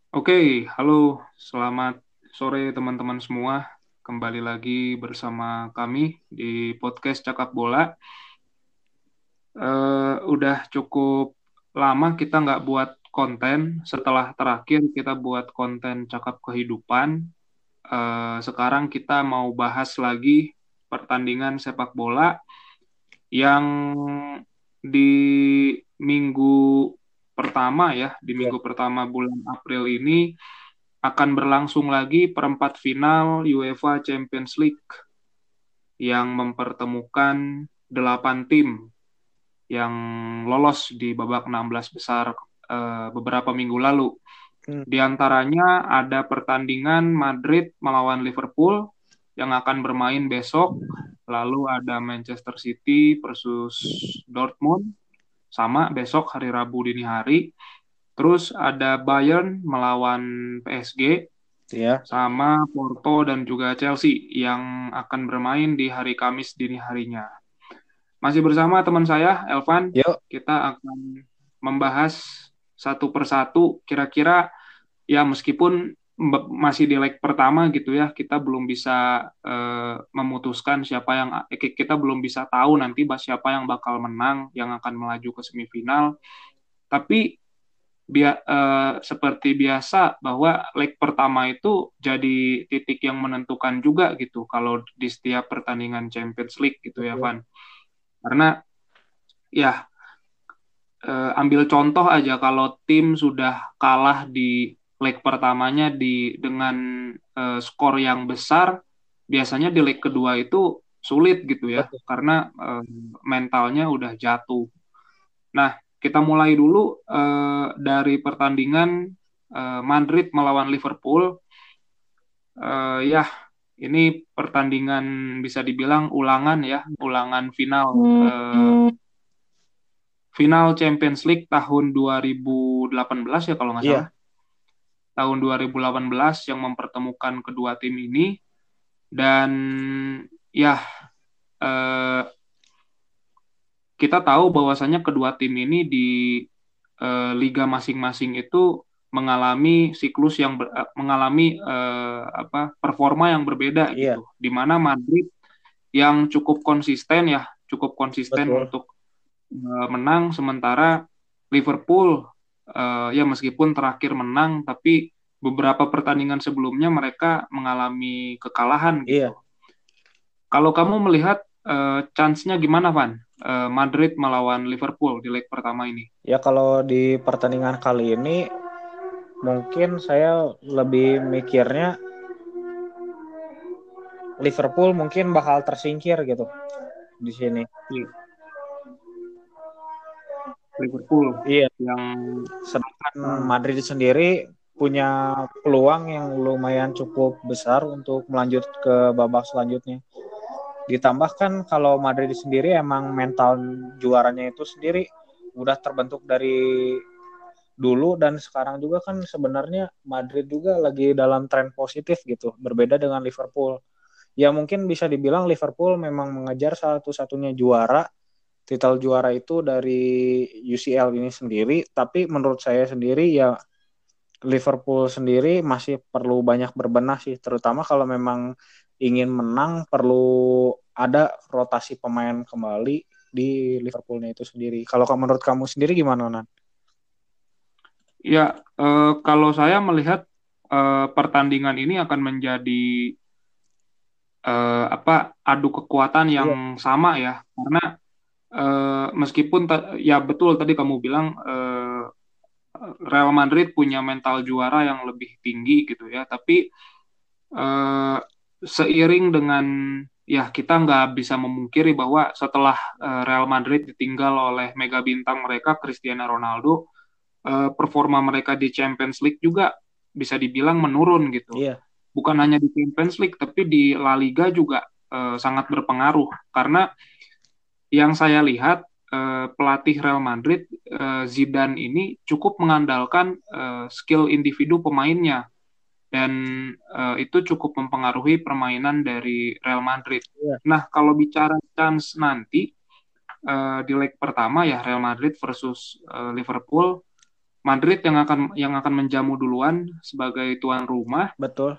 Oke, halo, selamat sore teman-teman semua. Kembali lagi bersama kami di podcast Cakap Bola. Udah cukup lama kita nggak buat konten. Setelah terakhir kita buat konten Cakap Kehidupan. Sekarang kita mau bahas lagi pertandingan sepak bola yang di minggu pertama ya, di Iya. minggu pertama bulan April ini akan berlangsung lagi perempat final UEFA Champions League yang mempertemukan 8 tim yang lolos di babak 16 besar beberapa minggu lalu. Hmm. Di antaranya ada pertandingan Madrid melawan Liverpool yang akan bermain besok, lalu ada Manchester City versus Dortmund sama besok hari Rabu dini hari. Terus ada Bayern melawan PSG Iya. sama Porto dan juga Chelsea yang akan bermain di hari Kamis dini harinya. Masih bersama teman saya, Elvan. Yuk. Kita akan membahas satu persatu kira-kira ya meskipun masih di leg pertama gitu ya, kita belum bisa memutuskan siapa yang kita belum bisa tahu nanti siapa yang bakal menang, yang akan melaju ke semifinal. Tapi seperti biasa bahwa leg pertama itu jadi titik yang menentukan juga gitu kalau di setiap pertandingan Champions League gitu ya Betul. Van. Karena ya ambil contoh aja kalau tim sudah kalah di leg pertamanya dengan skor yang besar, biasanya di leg kedua itu sulit gitu ya Betul. karena mentalnya udah jatuh. Nah, kita mulai dulu dari pertandingan Madrid melawan Liverpool. Ya, ini pertandingan bisa dibilang ulangan ya, ulangan final final Champions League tahun 2018 ya kalau nggak salah. Iya. Tahun 2018 yang mempertemukan kedua tim ini dan ya eh, kita tahu bahwasanya kedua tim ini di liga masing-masing itu mengalami siklus yang mengalami performa yang berbeda Iya. gitu. Di mana Madrid yang cukup konsisten Betul. untuk menang sementara Liverpool ya meskipun terakhir menang tapi beberapa pertandingan sebelumnya mereka mengalami kekalahan gitu. Iya. Kalau kamu melihat chance-nya gimana, Van? Madrid melawan Liverpool di leg pertama ini. Ya kalau di pertandingan kali ini mungkin saya lebih mikirnya Liverpool mungkin bakal tersingkir gitu di sini. Iya, Liverpool Iya. yang Sedangkan uh, Madrid sendiri punya peluang yang lumayan cukup besar untuk melanjut ke babak selanjutnya. Ditambahkan kalau Madrid sendiri emang mental juaranya itu sendiri udah terbentuk dari dulu dan sekarang juga kan sebenarnya Madrid juga lagi dalam tren positif gitu, berbeda dengan Liverpool. Ya mungkin bisa dibilang Liverpool memang mengejar satu-satunya juara, titel juara itu dari UCL ini sendiri, tapi menurut saya sendiri ya Liverpool sendiri masih perlu banyak berbenah sih, terutama kalau memang ingin menang perlu ada rotasi pemain kembali di Liverpoolnya itu sendiri. Kalau menurut kamu sendiri gimana, Nan? ya kalau saya melihat pertandingan ini akan menjadi adu kekuatan yang Iya. sama ya karena meskipun ya betul tadi kamu bilang Real Madrid punya mental juara yang lebih tinggi gitu ya tapi eh, seiring dengan ya kita nggak bisa memungkiri bahwa setelah Real Madrid ditinggal oleh mega bintang mereka Cristiano Ronaldo, performa mereka di Champions League juga bisa dibilang menurun gitu. Iya. Bukan hanya di Champions League tapi di La Liga juga sangat berpengaruh karena yang saya lihat pelatih Real Madrid Zidane ini cukup mengandalkan skill individu pemainnya dan itu cukup mempengaruhi permainan dari Real Madrid. Iya. Nah, kalau bicara chance nanti di leg pertama ya Real Madrid versus Liverpool, Madrid yang akan menjamu duluan sebagai tuan rumah. Betul.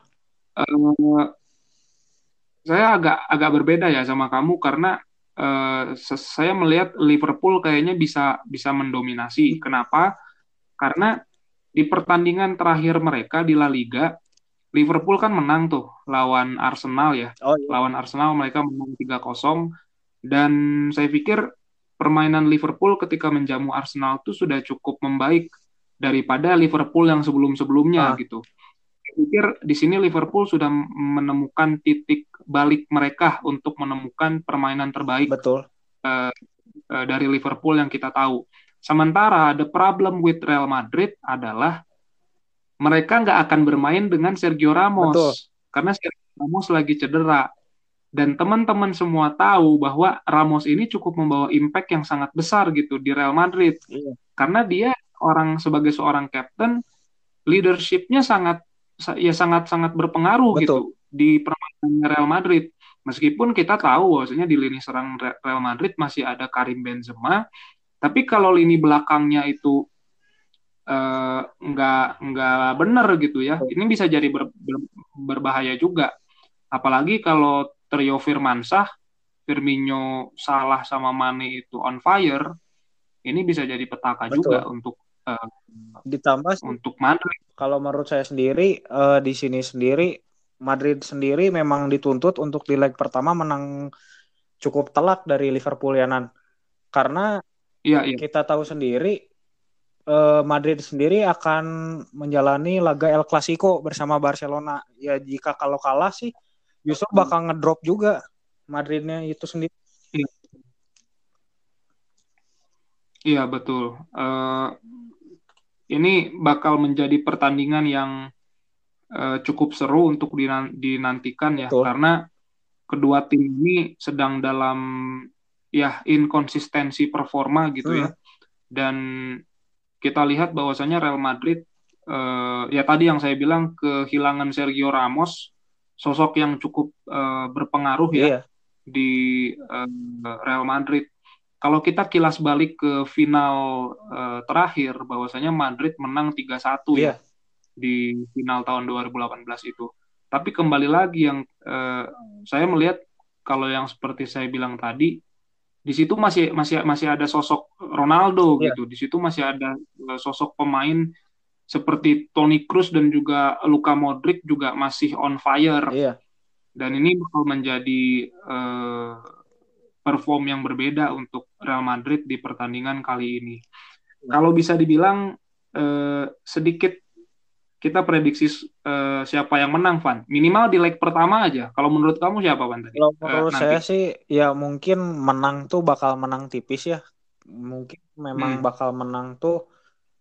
Saya agak berbeda ya sama kamu karena saya melihat Liverpool kayaknya bisa mendominasi. Kenapa? Karena di pertandingan terakhir mereka di La Liga, Liverpool kan menang tuh lawan Arsenal ya. Oh iya. Lawan Arsenal mereka menang 3-0 dan saya pikir permainan Liverpool ketika menjamu Arsenal itu sudah cukup membaik daripada Liverpool yang sebelum-sebelumnya gitu. Saya pikir di sini Liverpool sudah menemukan titik balik mereka untuk menemukan permainan terbaik Betul. Dari Liverpool yang kita tahu. Sementara the problem with Real Madrid adalah mereka nggak akan bermain dengan Sergio Ramos. Betul. Karena Sergio Ramos lagi cedera. Dan teman-teman semua tahu bahwa Ramos ini cukup membawa impact yang sangat besar gitu di Real Madrid. Iya. Karena dia sebagai seorang kapten, leadership-nya sangat berpengaruh Betul. gitu di permainan Real Madrid. Meskipun kita tahu bahwasanya di lini serang Real Madrid masih ada Karim Benzema, tapi kalau lini belakangnya itu nggak benar gitu ya, ini bisa jadi berbahaya juga. Apalagi kalau trio Firmansyah, Firmino, Salah sama Mane itu on fire, ini bisa jadi petaka juga untuk ditambah untuk Madrid. Kalau menurut saya sendiri di sini sendiri Madrid sendiri memang dituntut untuk di leg pertama menang cukup telak dari Liverpool ya Nan. Karena kita tahu sendiri Madrid sendiri akan menjalani laga El Clasico bersama Barcelona. Ya jika kalau kalah sih justru bakal ngedrop juga Madridnya itu sendiri. Iya betul. Ini bakal menjadi pertandingan yang cukup seru untuk dinantikan ya, karena kedua tim ini sedang dalam ya inkonsistensi performa gitu ya. Dan kita lihat bahwasanya Real Madrid ya tadi yang saya bilang kehilangan Sergio Ramos, sosok yang cukup berpengaruh ya di Real Madrid. Kalau kita kilas balik ke final terakhir, bahwasanya Madrid menang 3-1 ya di final tahun 2018 itu. Tapi kembali lagi yang saya melihat kalau yang seperti saya bilang tadi, di situ masih ada sosok Ronaldo gitu. Di situ masih ada sosok pemain seperti Toni Kroos dan juga Luka Modric juga masih on fire. Dan ini bakal menjadi perform yang berbeda untuk Real Madrid di pertandingan kali ini. Kalau bisa dibilang sedikit kita prediksi siapa yang menang, Van. Minimal di leg pertama aja. Kalau menurut kamu siapa, Van? Kalau menurut saya sih ya mungkin menang tuh bakal menang tipis ya. Mungkin memang bakal menang tuh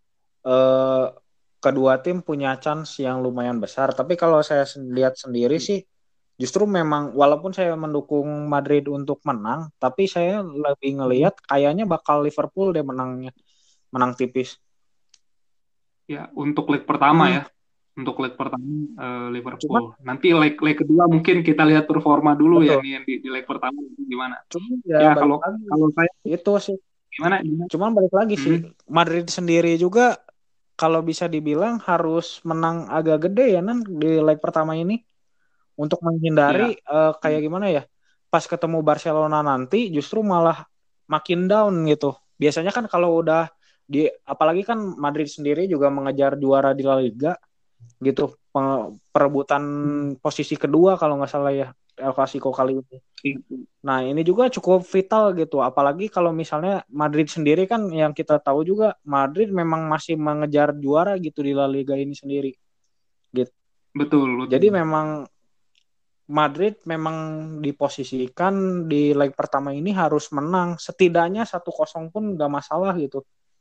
kedua tim punya chance yang lumayan besar. Tapi kalau saya lihat sendiri sih justru memang walaupun saya mendukung Madrid untuk menang, tapi saya lebih ngelihat kayaknya bakal Liverpool deh menang tipis. Ya, untuk leg pertama ya. Untuk leg pertama Liverpool. Nanti leg kedua mungkin kita lihat performa dulu ya nih di leg pertama gimana. Cuman ya kalau saya itu sih gimana? Cuman balik lagi sih Madrid sendiri juga kalau bisa dibilang harus menang agak gede ya Nan di leg pertama ini untuk menghindari kayak gimana ya, pas ketemu Barcelona nanti justru malah makin down gitu. Biasanya kan kalau udah apalagi kan Madrid sendiri juga mengejar juara di La Liga gitu, perebutan posisi kedua kalau nggak salah ya El Clasico kali ini. Nah ini juga cukup vital gitu, apalagi kalau misalnya Madrid sendiri kan yang kita tahu juga Madrid memang masih mengejar juara gitu di La Liga ini sendiri gitu. Betul. Jadi memang Madrid memang diposisikan di leg pertama ini harus menang setidaknya 1-0 pun nggak masalah gitu.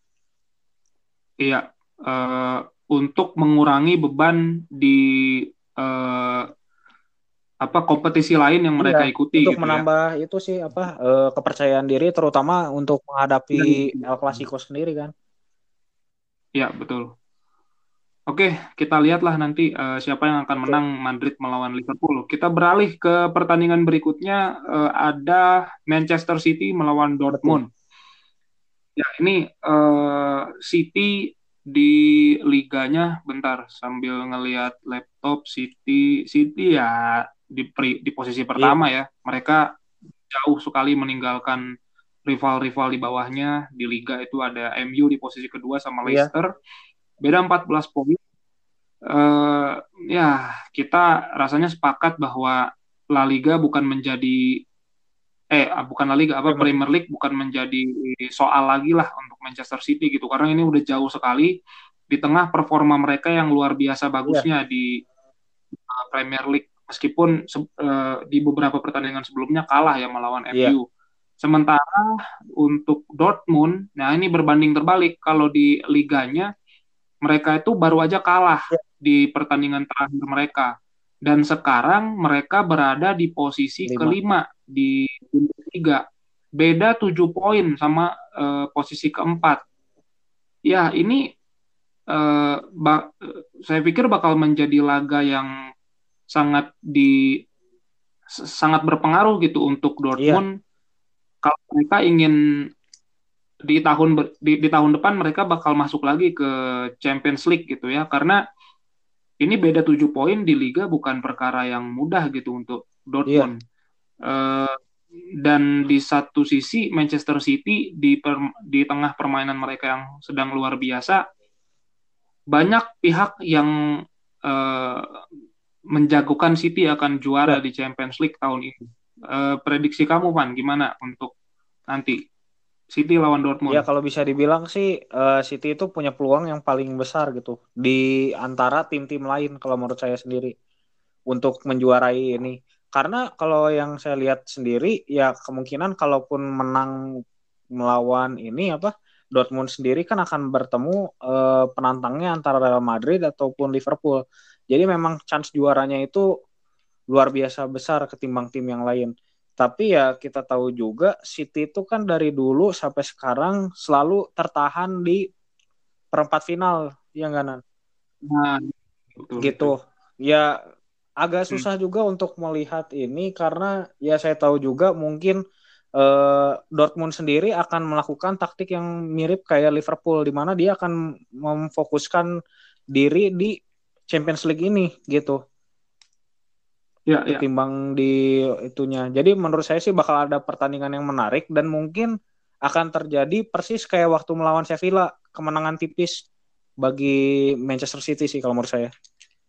Iya, untuk mengurangi beban di kompetisi lain yang mereka ikuti untuk gitu menambah itu sih kepercayaan diri terutama untuk menghadapi El Clasico sendiri kan. Iya, betul. Oke, kita lihatlah nanti siapa yang akan menang Madrid melawan Liverpool. Kita beralih ke pertandingan berikutnya, ada Manchester City melawan Dortmund. Ya, ini City di liganya, bentar sambil ngelihat laptop. City ya di posisi Iya, pertama ya. Mereka jauh sekali meninggalkan rival-rival di bawahnya. Di liga itu ada MU di posisi kedua sama iya, Leicester. Beda 14 poin. eh Ya, kita rasanya sepakat bahwa La Liga bukan menjadi bukan La Liga, apa, Premier. Premier League bukan menjadi soal lagi lah untuk Manchester City gitu, karena ini udah jauh sekali di tengah performa mereka yang luar biasa Iya, bagusnya di Premier League, meskipun di beberapa pertandingan sebelumnya kalah ya melawan iya, MU. Sementara untuk Dortmund, nah ini berbanding terbalik. Kalau di liganya mereka itu baru aja kalah iya, di pertandingan terakhir mereka. Dan sekarang mereka berada di posisi 5. kelima di Bundesliga. Beda 7 poin sama posisi keempat. Ya, ini saya pikir bakal menjadi laga yang sangat sangat berpengaruh gitu untuk Iya, Dortmund kalau mereka ingin di tahun depan mereka bakal masuk lagi ke Champions League gitu ya, karena ini beda 7 poin di liga bukan perkara yang mudah gitu untuk iya, Dortmund. Eh, dan di satu sisi Manchester City di tengah permainan mereka yang sedang luar biasa, banyak pihak yang eh, menjagokan City akan juara iya. di Champions League tahun ini. Prediksi kamu, Van, gimana untuk nanti City lawan Ya Dortmund? kalau bisa dibilang sih City itu punya peluang yang paling besar gitu di antara tim-tim lain kalau menurut saya sendiri untuk menjuarai ini. Karena kalau yang saya lihat sendiri ya kemungkinan kalaupun menang melawan ini apa Dortmund sendiri kan akan bertemu penantangnya antara Real Madrid ataupun Liverpool. Jadi memang chance juaranya itu luar biasa besar ketimbang tim yang lain. Tapi ya kita tahu juga City itu kan dari dulu sampai sekarang selalu tertahan di perempat final, ya nggak Nan? Nah, betul Gitu. itu. Ya agak Hmm. susah juga untuk melihat ini karena ya saya tahu juga mungkin Dortmund sendiri akan melakukan taktik yang mirip kayak Liverpool di mana dia akan memfokuskan diri di Champions League ini gitu. Ya, ya. Ketimbang di itunya. Jadi menurut saya sih bakal ada pertandingan yang menarik dan mungkin akan terjadi persis kayak waktu melawan Sevilla, kemenangan tipis bagi Manchester City sih kalau menurut saya.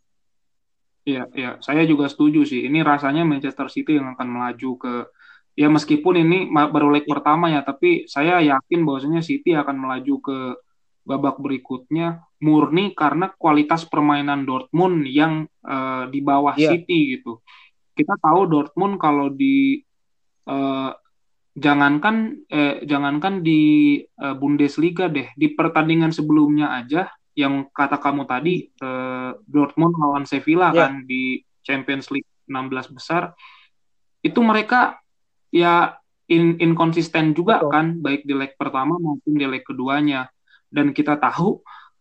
Iya, iya, saya juga setuju sih. Ini rasanya Manchester City yang akan melaju ke, ya meskipun ini baru leg pertama ya, tapi saya yakin bahwasanya City akan melaju ke babak berikutnya murni karena kualitas permainan Dortmund yang di bawah Iya, City gitu. Kita tahu Dortmund kalau eh, jangankan di Bundesliga deh, di pertandingan sebelumnya aja yang kata kamu tadi, Dortmund lawan Sevilla iya, kan di Champions League 16 besar, itu mereka ya inkonsisten juga betul. kan, baik di leg pertama maupun di leg keduanya. Dan kita tahu,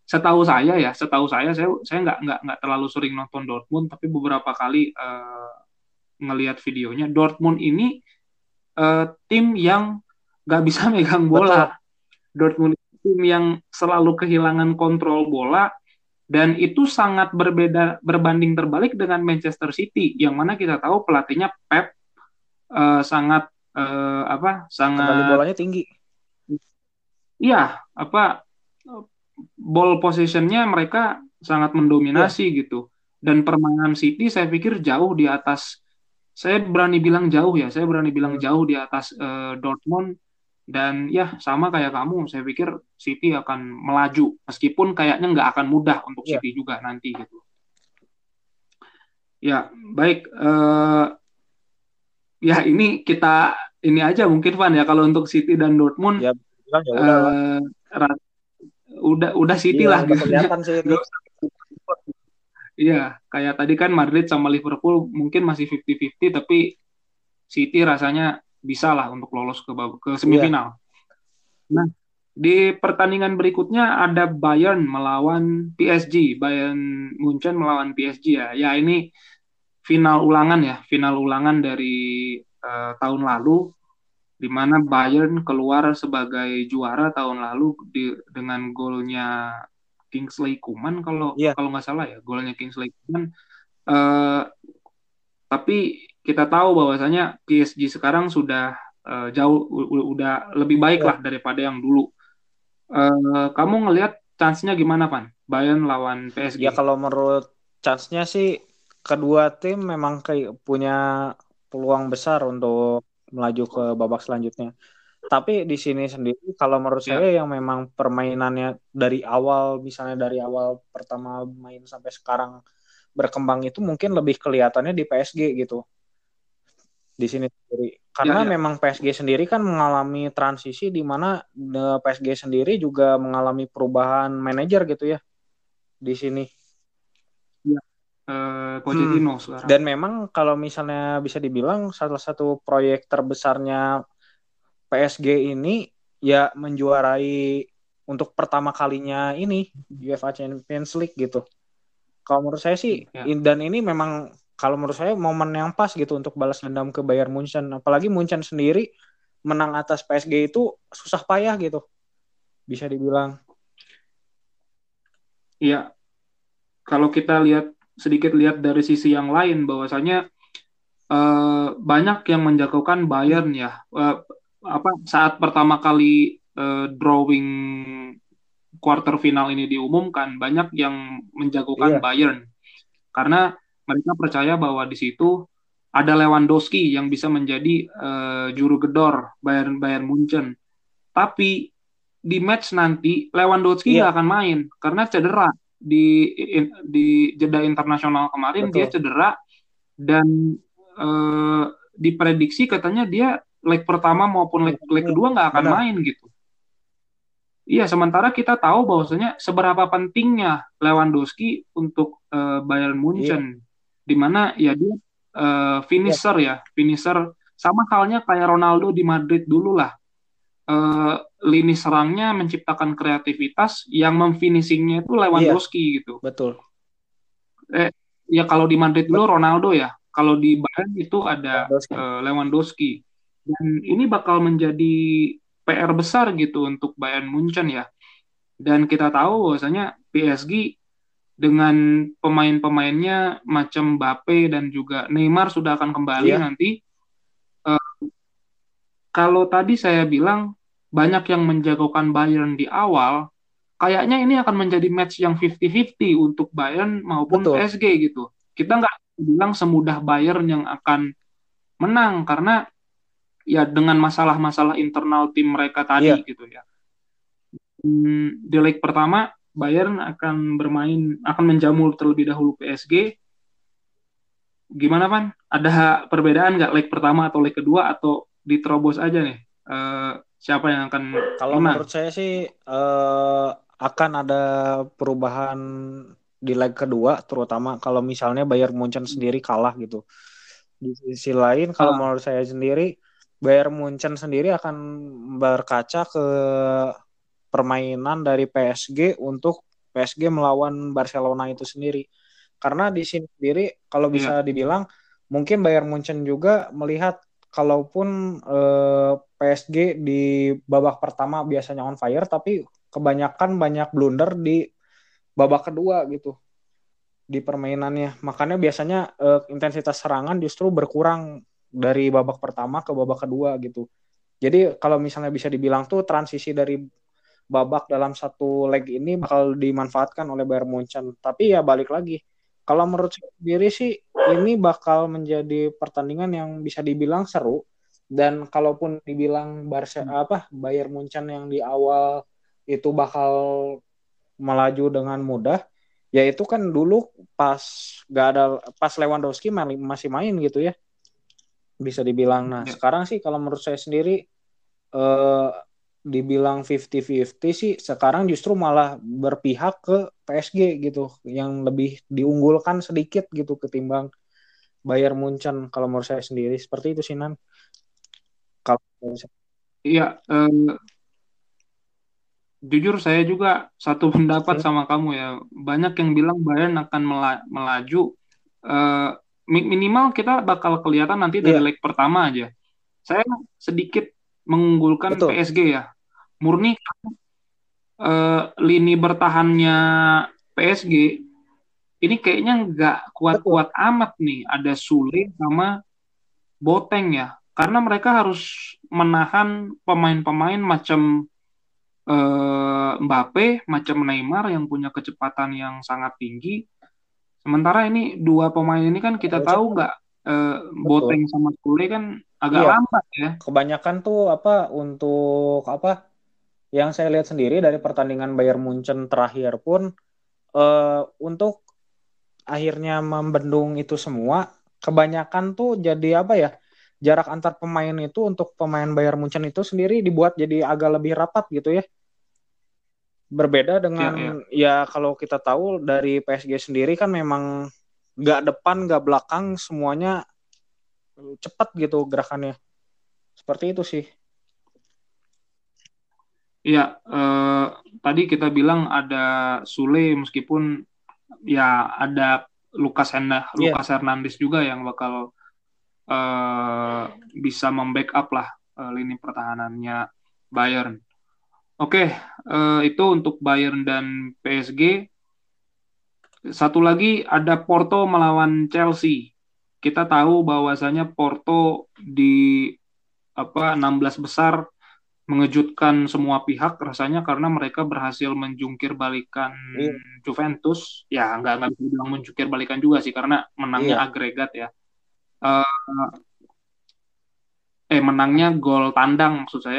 saya nggak terlalu sering nonton Dortmund, tapi beberapa kali ngelihat videonya, Dortmund ini tim yang nggak bisa megang Betul. bola. Dortmund itu tim yang selalu kehilangan kontrol bola, dan itu sangat berbanding terbalik dengan Manchester City yang mana kita tahu pelatihnya Pep sangat Kendali sangat bolanya tinggi. iya apa ball positionnya mereka sangat Iya, mendominasi gitu, dan permainan City saya pikir jauh di atas, saya berani bilang hmm, jauh di atas Dortmund. Dan ya sama kayak kamu, saya pikir City akan melaju meskipun kayaknya nggak akan mudah untuk iya. City juga nanti gitu. Ya, baik. Ya ini ini aja mungkin Van ya, kalau untuk City dan Dortmund Ya bilang ya udah lah. eh, udah City Iya, lah udah gitu ya. kelihatan sih ini. Nggak usah. Iya, kayak tadi kan Madrid sama Liverpool mungkin masih 50-50, tapi City rasanya bisa lah untuk lolos ke Iya, semifinal. Nah, di pertandingan berikutnya ada Bayern melawan PSG, Bayern Munchen melawan PSG ya. Ya ini final ulangan dari tahun lalu, di mana Bayern keluar sebagai juara tahun lalu dengan golnya Kingsley Coman kalau Iya, kalau nggak salah ya, golnya Kingsley Coman. Eh, tapi kita tahu bahwasanya PSG sekarang sudah jauh udah lebih baik iya. lah daripada yang dulu. Kamu ngelihat chance-nya gimana, Pan? Bayern lawan Ya PSG. kalau menurut chance-nya sih kedua tim memang kayak punya peluang besar untuk melaju ke babak selanjutnya. Tapi di sini sendiri kalau menurut saya Ya, yang memang permainannya dari awal, misalnya dari awal pertama main sampai sekarang berkembang itu mungkin lebih kelihatannya di PSG gitu. Di sini sendiri. ya, Karena ya, memang PSG sendiri kan mengalami transisi di mana PSG sendiri juga mengalami perubahan manajer gitu ya di sini. ya. Hmm. Pochettino sekarang. Dan memang kalau misalnya bisa dibilang salah satu proyek terbesarnya PSG ini ya menjuarai untuk pertama kalinya ini UEFA Champions League gitu. Kalau menurut saya sih Ya, dan ini memang kalau menurut saya momen yang pas gitu untuk balas dendam ke Bayern Munchen. Apalagi Munchen sendiri menang atas PSG itu susah payah gitu bisa dibilang. ya. Kalau kita lihat sedikit lihat dari sisi yang lain, bahwasanya banyak yang menjagokan Bayern ya. Apa saat pertama kali drawing quarter final ini diumumkan, banyak yang menjagokan Iya, Bayern karena mereka percaya bahwa di situ ada Lewandowski yang bisa menjadi juru gedor Bayern Bayern Munchen. Tapi di match nanti Lewandowski iya, nggak akan main karena cedera di jeda internasional kemarin dia betul. cedera dan eh, diprediksi katanya dia leg pertama maupun leg kedua nggak akan Benar. main gitu. Iya, sementara kita tahu bahwasanya seberapa pentingnya Lewandowski untuk Bayern Iya, Munchen, di mana ya dia iya, finisher sama halnya kayak Ronaldo di Madrid dulu lah. Eh, Lini serangnya menciptakan kreativitas, yang memfinishingnya itu iya, Lewandowski gitu. betul. Eh, ya kalau di Madrid dulu Betul. Ronaldo ya, kalau di Bayern itu ada Lewandowski. Lewandowski. Dan ini bakal menjadi PR besar gitu untuk Bayern Munchen ya. Dan kita tahu bahwasanya PSG dengan pemain-pemainnya macam Mbappe dan juga Neymar sudah akan kembali Iya, nanti. Eh, Kalau tadi saya bilang banyak yang menjagokan Bayern di awal, kayaknya ini akan menjadi match yang 50-50 untuk Bayern maupun betul. PSG gitu. Kita nggak bilang semudah Bayern yang akan menang karena ya dengan masalah-masalah internal tim mereka tadi Iya. gitu ya. Di leg pertama Bayern akan menjamu terlebih dahulu PSG. Gimana Pan? Ada perbedaan nggak leg pertama atau leg kedua atau diterobos aja nih? Siapa yang akan Kalau menang? menurut saya sih akan ada perubahan di leg kedua, terutama kalau misalnya Bayern Munchen sendiri kalah gitu. Di sisi lain, kalau Ah, menurut saya sendiri, Bayern Munchen sendiri akan berkaca ke permainan dari PSG untuk PSG melawan Barcelona itu sendiri. Karena di sini sendiri, kalau iya, bisa dibilang, mungkin Bayern Munchen juga melihat kalaupun PSG di babak pertama biasanya on fire, tapi kebanyakan banyak blunder di babak kedua gitu di permainannya. Makanya biasanya intensitas serangan justru berkurang dari babak pertama ke babak kedua gitu. Jadi kalau misalnya bisa dibilang tuh transisi dari babak dalam satu leg ini bakal dimanfaatkan oleh Bayern Munchen. Tapi ya balik lagi. Kalau menurut saya sendiri sih ini bakal menjadi pertandingan yang bisa dibilang seru dan kalaupun dibilang Bayern Munchen yang di awal itu bakal melaju dengan mudah, ya itu kan dulu pas gak ada pas Lewandowski masih main gitu ya bisa dibilang. Nah iya, sekarang sih kalau menurut saya sendiri eh, dibilang 50-50 sih sekarang justru malah berpihak ke PSG gitu yang lebih diunggulkan sedikit gitu ketimbang Bayern Munchen kalau menurut saya sendiri seperti itu sih Nan. Kalau iya. Jujur saya juga satu pendapat hmm, sama kamu ya. Banyak yang bilang Bayern akan melaju. Eh, Minimal kita bakal kelihatan nanti dari iya leg pertama aja. Saya sedikit mengunggulkan betul PSG ya. Murni lini bertahannya PSG ini kayaknya nggak Betul. kuat-kuat amat nih. Ada Sule sama Boateng ya. Karena mereka harus menahan pemain-pemain macam Mbappe, macam Neymar yang punya kecepatan yang sangat tinggi. Sementara ini dua pemain ini kan kita Terlalu tahu cepat. nggak, Betul. Boateng sama Sule kan agak Iya, lambat ya. kebanyakan tuh apa untuk apa yang saya lihat sendiri dari pertandingan Bayern Munchen terakhir pun untuk akhirnya membendung itu semua, kebanyakan tuh jadi apa ya? Jarak antar pemain itu untuk pemain Bayern Munchen itu sendiri dibuat jadi agak lebih rapat gitu ya. Berbeda Ya, ya. dengan ya kalau kita tahu dari PSG sendiri kan memang nggak depan nggak belakang semuanya cepat gitu gerakannya. Seperti itu sih. Iya, tadi kita bilang ada Sule meskipun ya ada Iya, Lucas Hernandez juga yang bakal eh, bisa membackup lah lini pertahanannya Bayern. Oke, itu untuk Bayern dan PSG. Satu lagi ada Porto melawan Chelsea. Kita tahu bahwasanya Porto di 16 besar mengejutkan semua pihak rasanya karena mereka berhasil menjungkir balikan iya, Juventus. Ya, nggak bisa bilang menjungkir balikan juga sih karena menangnya iya, agregat ya. Eh, Menangnya gol tandang maksud saya.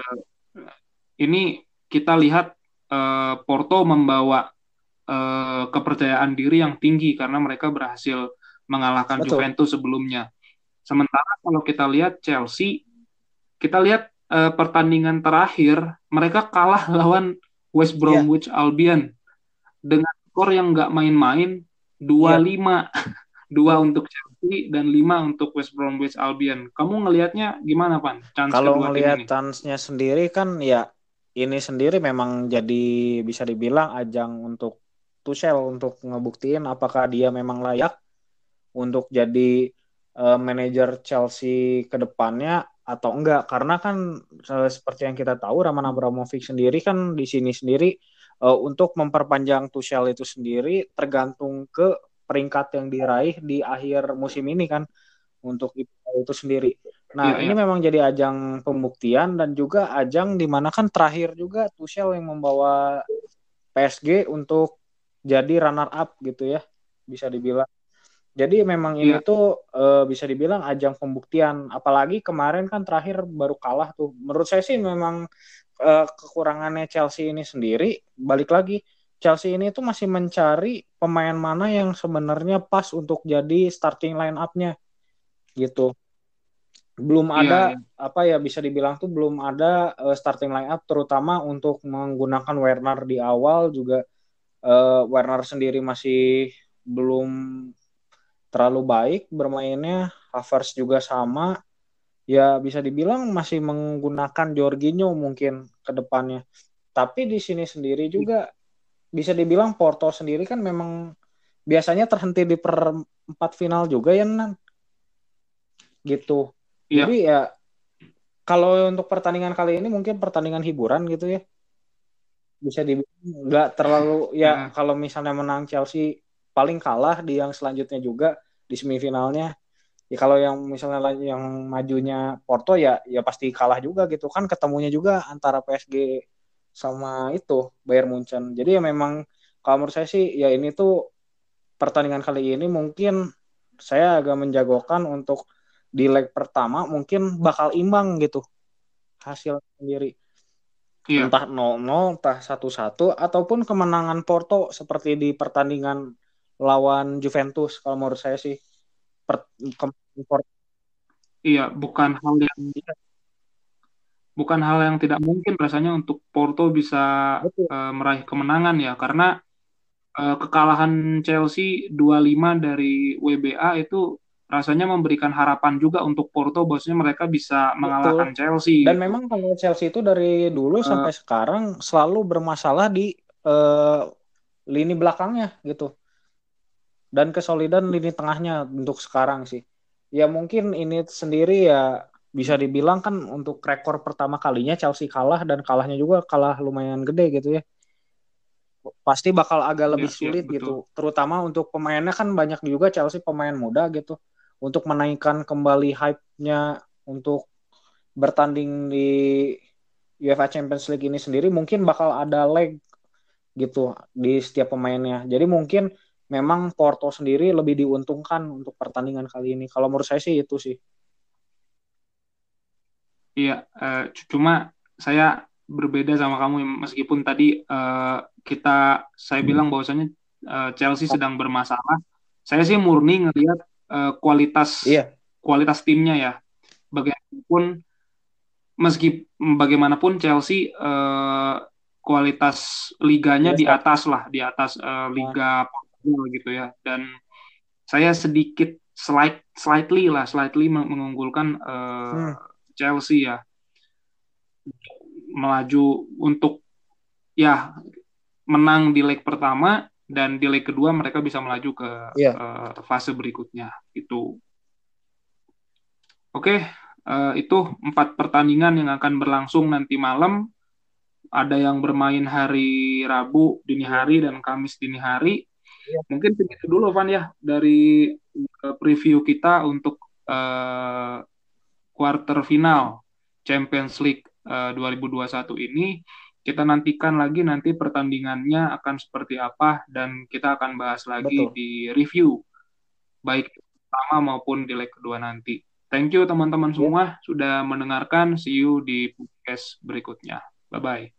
Ini kita lihat Porto membawa kepercayaan diri yang tinggi karena mereka berhasil mengalahkan betul. Juventus sebelumnya. Sementara kalau kita lihat Chelsea, kita lihat pertandingan terakhir mereka kalah lawan West Iya, Bromwich Albion dengan skor yang nggak main-main, iya. 2-5. Dua untuk Chelsea dan 5 untuk West Bromwich Albion. Kamu ngelihatnya gimana, Pan? Chance Kalau kedua tim ngelihat ini? chance-nya sendiri kan ya ini sendiri memang jadi bisa dibilang ajang untuk Tuchel untuk ngebuktiin apakah dia memang layak untuk jadi manajer Chelsea ke depannya atau enggak. Karena kan seperti yang kita tahu Roman Abramovich sendiri kan di sini sendiri untuk memperpanjang Tuchel itu sendiri tergantung ke peringkat yang diraih di akhir musim ini kan untuk itu sendiri. Nah, Iya, ini iya. memang jadi ajang pembuktian dan juga ajang di mana kan terakhir juga Tuchel yang membawa PSG untuk jadi runner up gitu ya, bisa dibilang. Jadi memang ini Iya, tuh bisa dibilang ajang pembuktian. Apalagi kemarin kan terakhir baru kalah tuh. Menurut saya sih memang kekurangannya Chelsea ini sendiri. Balik lagi, Chelsea ini tuh masih mencari pemain mana yang sebenarnya pas untuk jadi starting line up-nya gitu. Belum iya, ada iya. apa ya bisa dibilang tuh belum ada starting line up terutama untuk menggunakan Werner di awal juga Werner sendiri masih belum terlalu baik bermainnya. Havertz juga sama. Ya bisa dibilang masih menggunakan Jorginho mungkin ke depannya. Tapi di sini sendiri juga bisa dibilang Porto sendiri kan memang biasanya terhenti di perempat final juga ya Nan gitu. Jadi Iya. ya kalau untuk pertandingan kali ini mungkin pertandingan hiburan gitu ya. Bisa dibilang nggak terlalu ya Heeh. kalau misalnya menang Chelsea paling kalah di yang selanjutnya juga di semifinalnya. Ya kalau yang misalnya yang majunya Porto ya ya pasti kalah juga gitu kan ketemunya juga antara PSG sama itu Bayern Munchen. Jadi ya memang kalau menurut saya sih ya ini tuh pertandingan kali ini mungkin saya agak menjagokan untuk di leg pertama mungkin bakal imbang gitu hasil sendiri. Iya. Entah 0-0, entah 1-1 ataupun kemenangan Porto seperti di pertandingan lawan Juventus kalau menurut saya sih per, Porto. Iya, bukan hal yang tidak mungkin rasanya untuk Porto bisa Betul. meraih kemenangan ya karena kekalahan Chelsea 2-5 dari WBA itu rasanya memberikan harapan juga untuk Porto bahwasanya mereka bisa Betul. mengalahkan Chelsea Dan gitu. memang kalau Chelsea itu dari dulu Eh, sampai sekarang selalu bermasalah di lini belakangnya gitu. Dan kesolidan lini tengahnya untuk sekarang sih. Ya mungkin ini sendiri ya bisa dibilang kan untuk rekor pertama kalinya Chelsea kalah dan kalahnya juga kalah lumayan gede gitu ya. Pasti bakal agak lebih Ya, ya, sulit betul. gitu. Terutama untuk pemainnya kan banyak juga Chelsea pemain muda gitu. Untuk menaikkan kembali hype-nya untuk bertanding di UEFA Champions League ini sendiri mungkin bakal ada lag gitu di setiap pemainnya. Jadi mungkin memang Porto sendiri lebih diuntungkan untuk pertandingan kali ini. Kalau menurut saya sih itu sih. Iya, cuma saya berbeda sama kamu meskipun tadi kita saya bilang bahwasanya Chelsea sedang bermasalah. Saya sih murni ngelihat kualitas Iya, kualitas timnya ya. Bagaimanapun meski bagaimanapun Chelsea kualitas liganya iya di saya. atas lah, di atas Nah, Liga Portugal gitu ya. Dan saya sedikit slightly mengunggulkan hmm, Chelsea ya melaju untuk ya menang di leg pertama dan di leg kedua mereka bisa melaju ke iya, fase berikutnya itu. Oke, itu 4 pertandingan yang akan berlangsung nanti malam. Ada yang bermain hari Rabu dini iya, hari dan Kamis dini hari. iya, Mungkin segitu dulu Van ya dari preview kita untuk quarter final Champions League 2021 ini. Kita nantikan lagi nanti pertandingannya akan seperti apa dan kita akan bahas lagi betul. di review baik pertama maupun di leg kedua nanti. Thank you teman-teman Iya. semua sudah mendengarkan. See you di podcast berikutnya. Bye bye.